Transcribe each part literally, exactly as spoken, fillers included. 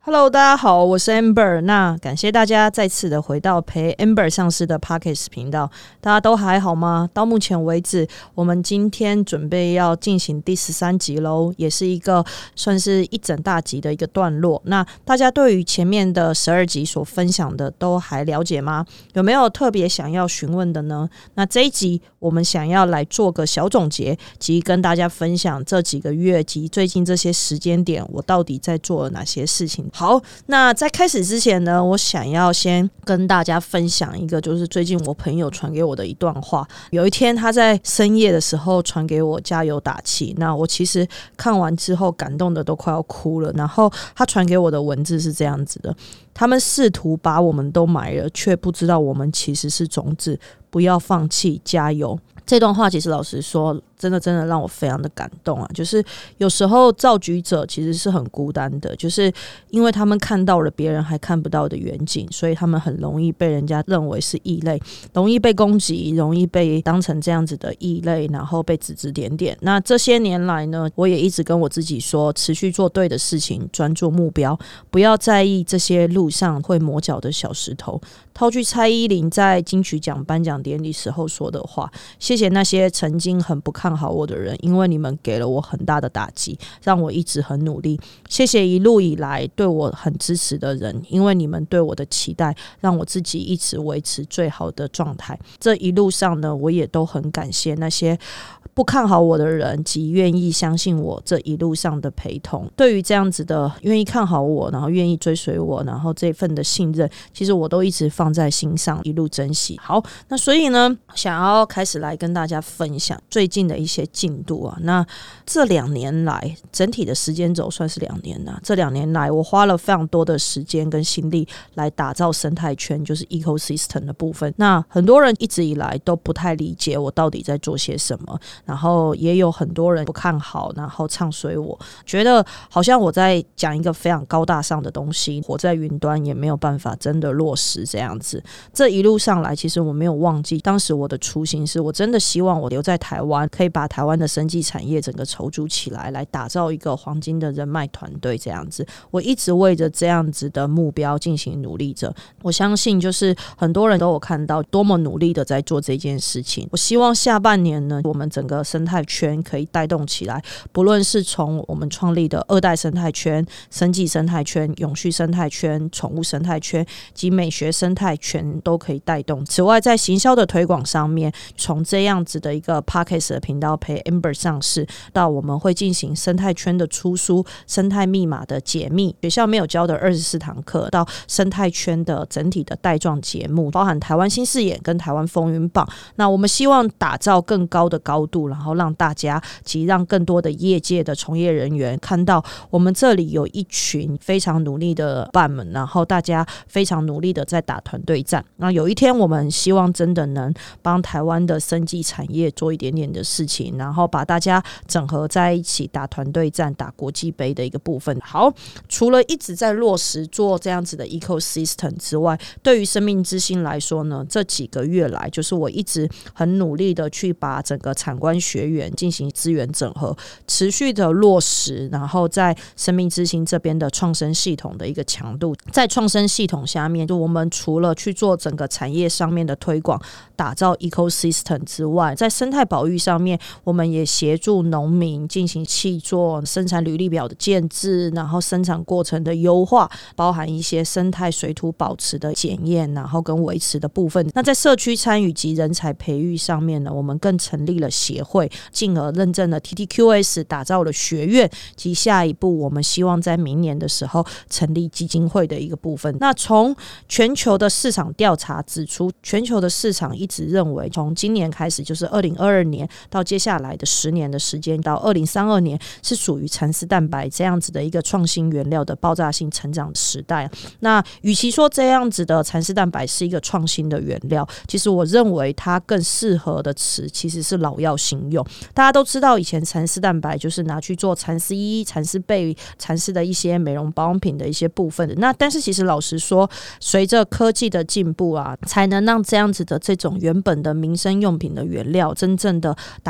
Hello， 大家好，我是 Amber。那感谢大家再次的回到陪 Amber 上市的 Podcast 频道，大家都还好吗？到目前为止，我们今天准备要进行第十三集咯，也是一个算是一整大集的一个段落。那大家对于前面的十二集所分享的都还了解吗？有没有特别想要询问的呢？那这一集我们想要来做个小总结，及跟大家分享这几个月及最近这些时间点我到底在做了哪些事情。好，那在开始之前呢，我想要先跟大家分享一个就是最近我朋友传给我的一段话。有一天他在深夜的时候传给我加油打气，那我其实看完之后感动的都快要哭了。然后他传给我的文字是这样子的：他们试图把我们都埋了，却不知道我们其实是种子，不要放弃，加油。这段话其实老实说真的真的让我非常的感动啊！就是有时候造局者其实是很孤单的，就是因为他们看到了别人还看不到的远景，所以他们很容易被人家认为是异类，容易被攻击，容易被当成这样子的异类，然后被指指点点。那这些年来呢，我也一直跟我自己说，持续做对的事情，专注目标，不要在意这些路上会磨脚的小石头。套句蔡依林在金曲奖颁奖典礼时候说的话：谢谢那些曾经很不看好我的人，因为你们给了我很大的打击，让我一直很努力。谢谢一路以来对我很支持的人，因为你们对我的期待，让我自己一直维持最好的状态。这一路上呢，我也都很感谢那些不看好我的人及愿意相信我这一路上的陪同。对于这样子的愿意看好我，然后愿意追随我，然后这份的信任，其实我都一直放在心上，一路珍惜。好，那所以呢，想要开始来跟大家分享最近的一些进度啊。那这两年来，整体的时间轴算是两年啊。这两年来，我花了非常多的时间跟心力来打造生态圈，就是 ecosystem 的部分。那很多人一直以来都不太理解我到底在做些什么，然后也有很多人不看好，然后唱衰我，觉得好像我在讲一个非常高大上的东西，活在云端也没有办法真的落实这样子。这一路上来，其实我没有忘记当时我的初心，是我真的希望我留在台湾，可以把台湾的生技产业整个筹组起来，来打造一个黄金的人脉团队这样子。我一直为着这样子的目标进行努力着。我相信就是很多人都有看到多么努力的在做这件事情。我希望下半年呢，我们整个生态圈可以带动起来，不论是从我们创立的二代生态圈、生技生态圈、永续生态圈、宠物生态圈及美学生态圈都可以带动。此外，在行销的推广上面，从这样子的一个 Podcast 的频道陪 Amber 上市，到我们会进行生态圈的出书、生态密码的解密，学校没有教的二十四堂课，到生态圈的整体的带状节目，包含台湾新视野跟台湾风云榜。那我们希望打造更高的高度，然后让大家及让更多的业界的从业人员看到我们这里有一群非常努力的伴们，然后大家非常努力的在打团队战。那有一天我们希望真的能帮台湾的生技产业做一点点的事情，然后把大家整合在一起，打团队战，打国际杯的一个部分。好，除了一直在落实做这样子的 ecosystem 之外，对于生命之星来说呢，这几个月来就是我一直很努力的去把整个产官学员进行资源整合，持续的落实，然后在生命之星这边的创生系统的一个强度。在创生系统下面，就我们除了去做整个产业上面的推广，打造 ecosystem 之外，在生态保育上面，我们也协助农民进行契作、生产履历表的建制，然后生产过程的优化，包含一些生态水土保持的检验，然后跟维持的部分。那在社区参与及人才培育上面呢，我们更成立了协会，进而认证了 T T Q S， 打造了学院，及下一步我们希望在明年的时候成立基金会的一个部分。那从全球的市场调查指出，全球的市场一直认为从今年开始，就是二零二二年到接下来的十年的时间，到二零三二年是属于蚕丝蛋白这样子的一个创新原料的爆炸性成长时代。那与其说这样子的蚕丝蛋白是一个创新的原料，其实我认为它更适合的词其实是老药新用。大家都知道以前蚕丝蛋白就是拿去做蚕丝衣、蚕丝被、蚕丝的一些美容保养品的一些部分的。那但是其实老实说，随着科技的进步啊，才能让这样子的这种原本的民生用品的原料真正的打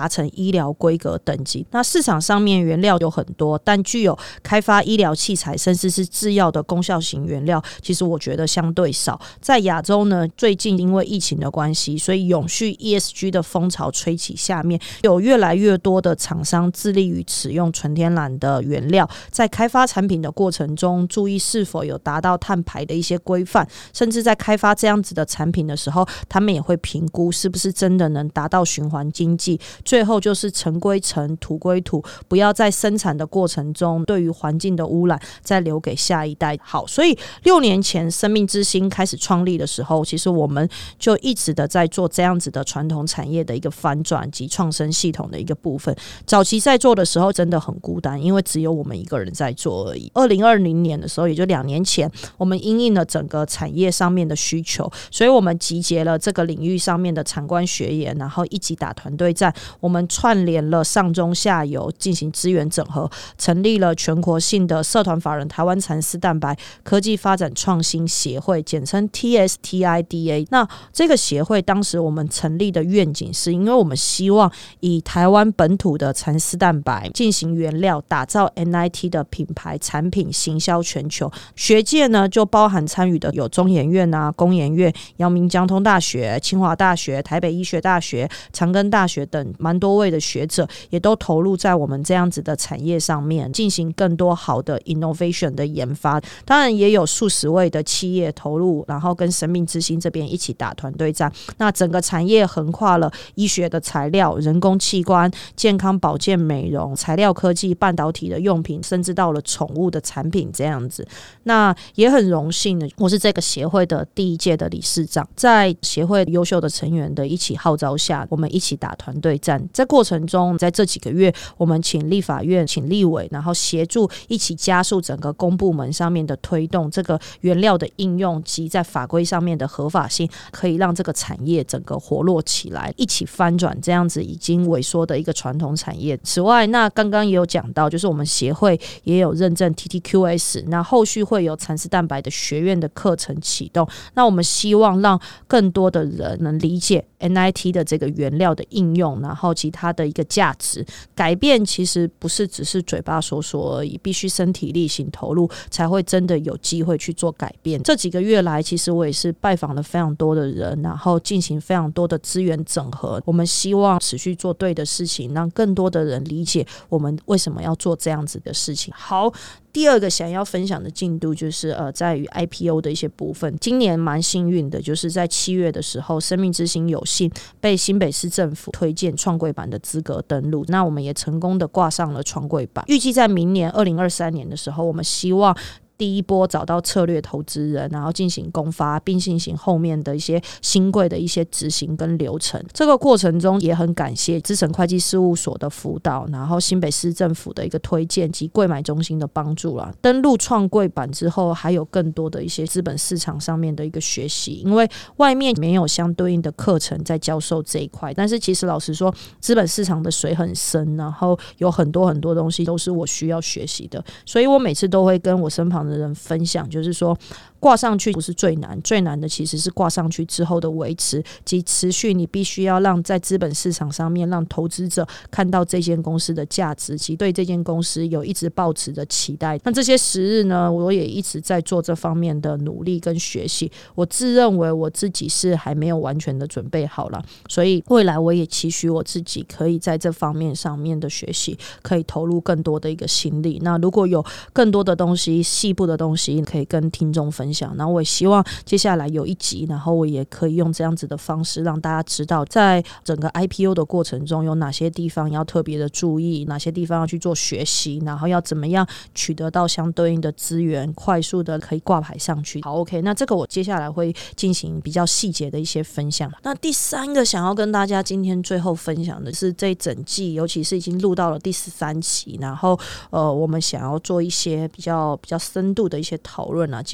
达成医疗规格等级。那市场上面原料有很多，但具有开发医疗器材甚至是制药的功效型原料，其实我觉得相对少。在亚洲呢，最近因为疫情的关系，所以永续 E S G 的风潮吹起，下面有越来越多的厂商致力于使用纯天然的原料，在开发产品的过程中，注意是否有达到碳排的一些规范，甚至在开发这样子的产品的时候，他们也会评估是不是真的能达到循环经济。最后就是尘归尘，土归土，不要在生产的过程中对于环境的污染再留给下一代。好，所以六年前生命之星开始创立的时候，其实我们就一直的在做这样子的传统产业的一个翻转及创生系统的一个部分。早期在做的时候真的很孤单，因为只有我们一个人在做而已。二零二零年的时候，也就两年前，我们因应了整个产业上面的需求，所以我们集结了这个领域上面的产官学研，然后一起打团队战。我们串联了上中下游进行资源整合，成立了全国性的社团法人台湾蚕丝蛋白科技发展创新协会，简称 T S T I D A。 那这个协会当时我们成立的愿景是，因为我们希望以台湾本土的蚕丝蛋白进行原料，打造 N I T 的品牌产品行销全球。学界呢就包含参与的有中研院啊、工研院、阳明交通大学、清华大学、台北医学大学、长庚大学等蛮多位的学者，也都投入在我们这样子的产业上面，进行更多好的 innovation 的研发。当然也有数十位的企业投入，然后跟生命之星这边一起打团队战。那整个产业横跨了医学的材料、人工器官、健康保健美容、材料科技、半导体的用品，甚至到了宠物的产品这样子。那也很荣幸的，我是这个协会的第一届的理事长，在协会优秀的成员的一起号召下，我们一起打团队战。在过程中，在这几个月，我们请立法院、请立委，然后协助一起加速整个公部门上面的推动，这个原料的应用及在法规上面的合法性，可以让这个产业整个活络起来，一起翻转这样子已经萎缩的一个传统产业。此外，那刚刚也有讲到，就是我们协会也有认证 T T Q S， 那后续会有蚕丝蛋白的学院的课程启动。那我们希望让更多的人能理解 N I T 的这个原料的应用，然后其他的一个价值。改变其实不是只是嘴巴说说而已，必须身体力行投入，才会真的有机会去做改变。这几个月来，其实我也是拜访了非常多的人，然后进行非常多的资源整合。我们希望持续做对的事情，让更多的人理解我们为什么要做这样子的事情。好，第二个想要分享的进度就是呃，在于 I P O 的一些部分。今年蛮幸运的，就是在七月的时候，生命之星有幸被新北市政府推荐创柜板的资格登录，那我们也成功的挂上了创柜板。预计在明年二零二三年的时候，我们希望第一波找到策略投资人，然后进行公发，并进行后面的一些新柜的一些执行跟流程。这个过程中也很感谢资诚会计事务所的辅导，然后新北市政府的一个推荐及柜买中心的帮助啦。登录创柜板之后，还有更多的一些资本市场上面的一个学习，因为外面没有相对应的课程在教授这一块。但是其实老实说，资本市场的水很深，然后有很多很多东西都是我需要学习的，所以我每次都会跟我身旁的的人分享，就是说挂上去不是最难，最难的其实是挂上去之后的维持及持续。你必须要让在资本市场上面让投资者看到这间公司的价值及对这间公司有一直抱持的期待。那这些时日呢，我也一直在做这方面的努力跟学习。我自认为我自己是还没有完全的准备好了，所以未来我也期许我自己可以在这方面上面的学习可以投入更多的一个心力。那如果有更多的东西细部的东西可以跟听众分享，然后我也希望接下来有一集，然后我也可以用这样子的方式让大家知道在整个 I P O 的过程中有哪些地方要特别的注意，哪些地方要去做学习，然后要怎么样取得到相对应的资源，快速的可以挂牌上去。好 OK， 那这个我接下来会进行比较细节的一些分享。那第三个想要跟大家今天最后分享的是这一整季，尤其是已经录到了第十三期，然后呃，我们想要做一些比较比较深度的一些讨论啊，及我们接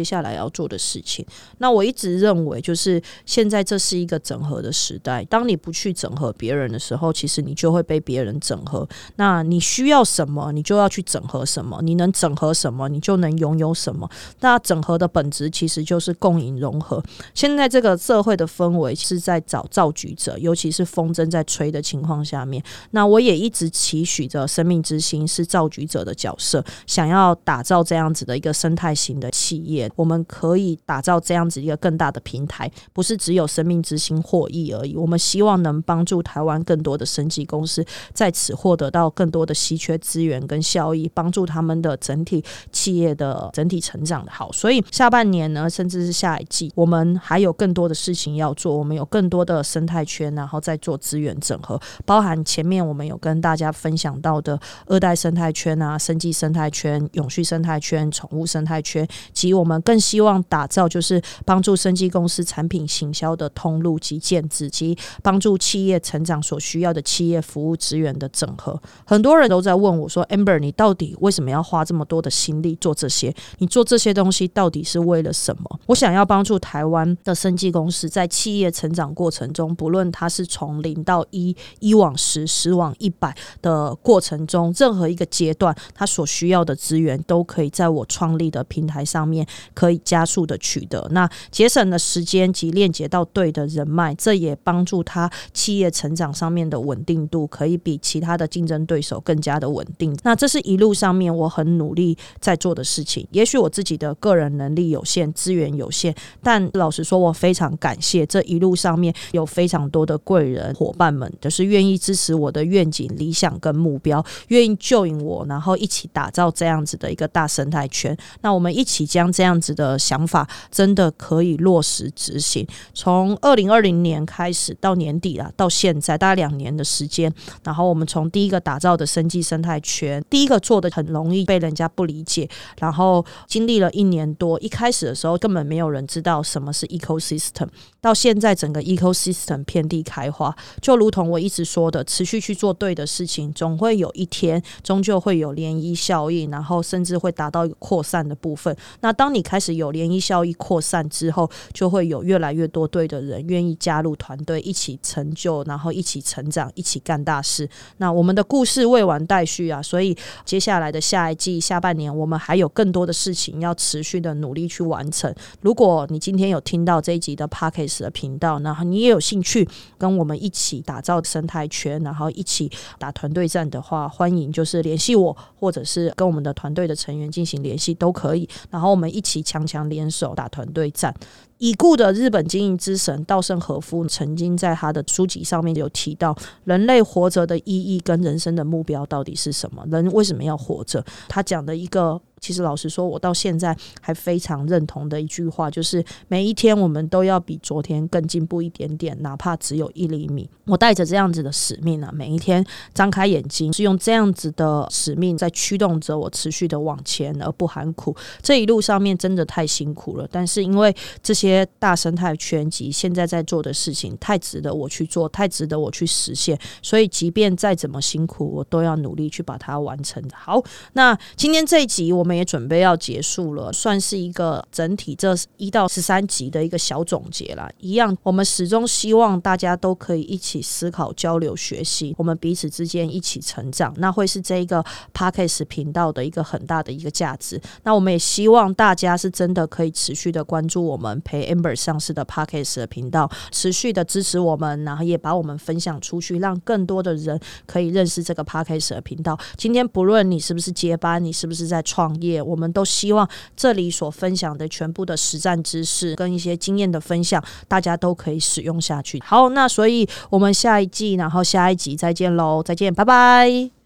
接下来要做的事情。那我一直认为就是现在这是一个整合的时代，当你不去整合别人的时候，其实你就会被别人整合。那你需要什么你就要去整合什么，你能整合什么你就能拥有什么。那整合的本质其实就是共赢融合。现在这个社会的氛围是在找造局者，尤其是风正在吹的情况下面，那我也一直期许着生命之星是造局者的角色，想要打造这样子的一个生态型的企业，我们可以打造这样子一个更大的平台，不是只有生命之星获益而已，我们希望能帮助台湾更多的生技公司在此获得到更多的稀缺资源跟效益，帮助他们的整体企业的整体成长的好。所以下半年呢，甚至是下一季，我们还有更多的事情要做，我们有更多的生态圈，然后再做资源整合，包含前面我们有跟大家分享到的二代生态圈啊、生技生态圈、永续生态圈、宠物生态圈，及我们更希望打造就是帮助生技公司产品行销的通路及建制，及帮助企业成长所需要的企业服务资源的整合。很多人都在问我说 Amber 你到底为什么要花这么多的心力做这些，你做这些东西到底是为了什么？我想要帮助台湾的生技公司在企业成长过程中，不论它是从零到一、一往十、十往一百的过程中，任何一个阶段它所需要的资源都可以在我创立的平台上面可以加速的取得，那节省了时间及链接到对的人脉，这也帮助它企业成长上面的稳定度可以比其他的竞争对手更加的稳定。那这是一路上面我很努力在做的事情，也许我自己的个人能力有限，资源有限，但老实说我非常感谢这一路上面有非常多的贵人伙伴们，就是愿意支持我的愿景、理想跟目标，愿意救引我，然后一起打造这样子的一个大生态圈。那我们一起将这样子的想法真的可以落实执行。从二零二零年开始到年底啦，到现在大概两年的时间，然后我们从第一个打造的生技生态圈，第一个做的很容易被人家不理解，然后经历了一年多，一开始的时候根本没有人知道什么是 ecosystem， 到现在整个 ecosystem 遍地开花，就如同我一直说的，持续去做对的事情，总会有一天终究会有涟漪效应，然后甚至会达到一个扩散的部分。那当你开始有涟漪效应扩散之后，就会有越来越多对的人愿意加入团队，一起成就，然后一起成长，一起干大事。那我们的故事未完待续啊，所以接下来的下一季下半年我们还有更多的事情要持续的努力去完成。如果你今天有听到这一集的 Podcast 的频道，然后你也有兴趣跟我们一起打造生态圈，然后一起打团队战的话，欢迎就是联系我，或者是跟我们的团队的成员进行联系都可以，然后我们一起强强联手打团队战。已故的日本经营之神稻盛和夫曾经在他的书籍上面有提到，人类活着的意义跟人生的目标到底是什么，人为什么要活着。他讲的一个其实老实说我到现在还非常认同的一句话，就是每一天我们都要比昨天更进步一点点，哪怕只有一厘米。我带着这样子的使命啊，每一天张开眼睛，是用这样子的使命在驱动着我持续的往前而不含苦。这一路上面真的太辛苦了，但是因为这些大生态圈及现在在做的事情太值得我去做，太值得我去实现，所以即便再怎么辛苦我都要努力去把它完成。好，那今天这一集我们也准备要结束了，算是一个整体这一到十三集的一个小总结啦。一样，我们始终希望大家都可以一起思考、交流、学习，我们彼此之间一起成长，那会是这一个 Podcast 频道的一个很大的一个价值。那我们也希望大家是真的可以持续的关注我们陪 Amber 上市的 Podcast 的频道，持续的支持我们，然后也把我们分享出去，让更多的人可以认识这个 Podcast 的频道。今天不论你是不是接班，你是不是在创业，我们都希望这里所分享的全部的实战知识跟一些经验的分享，大家都可以使用下去。好，那所以我们下一季然后下一集再见咯，再见，拜拜。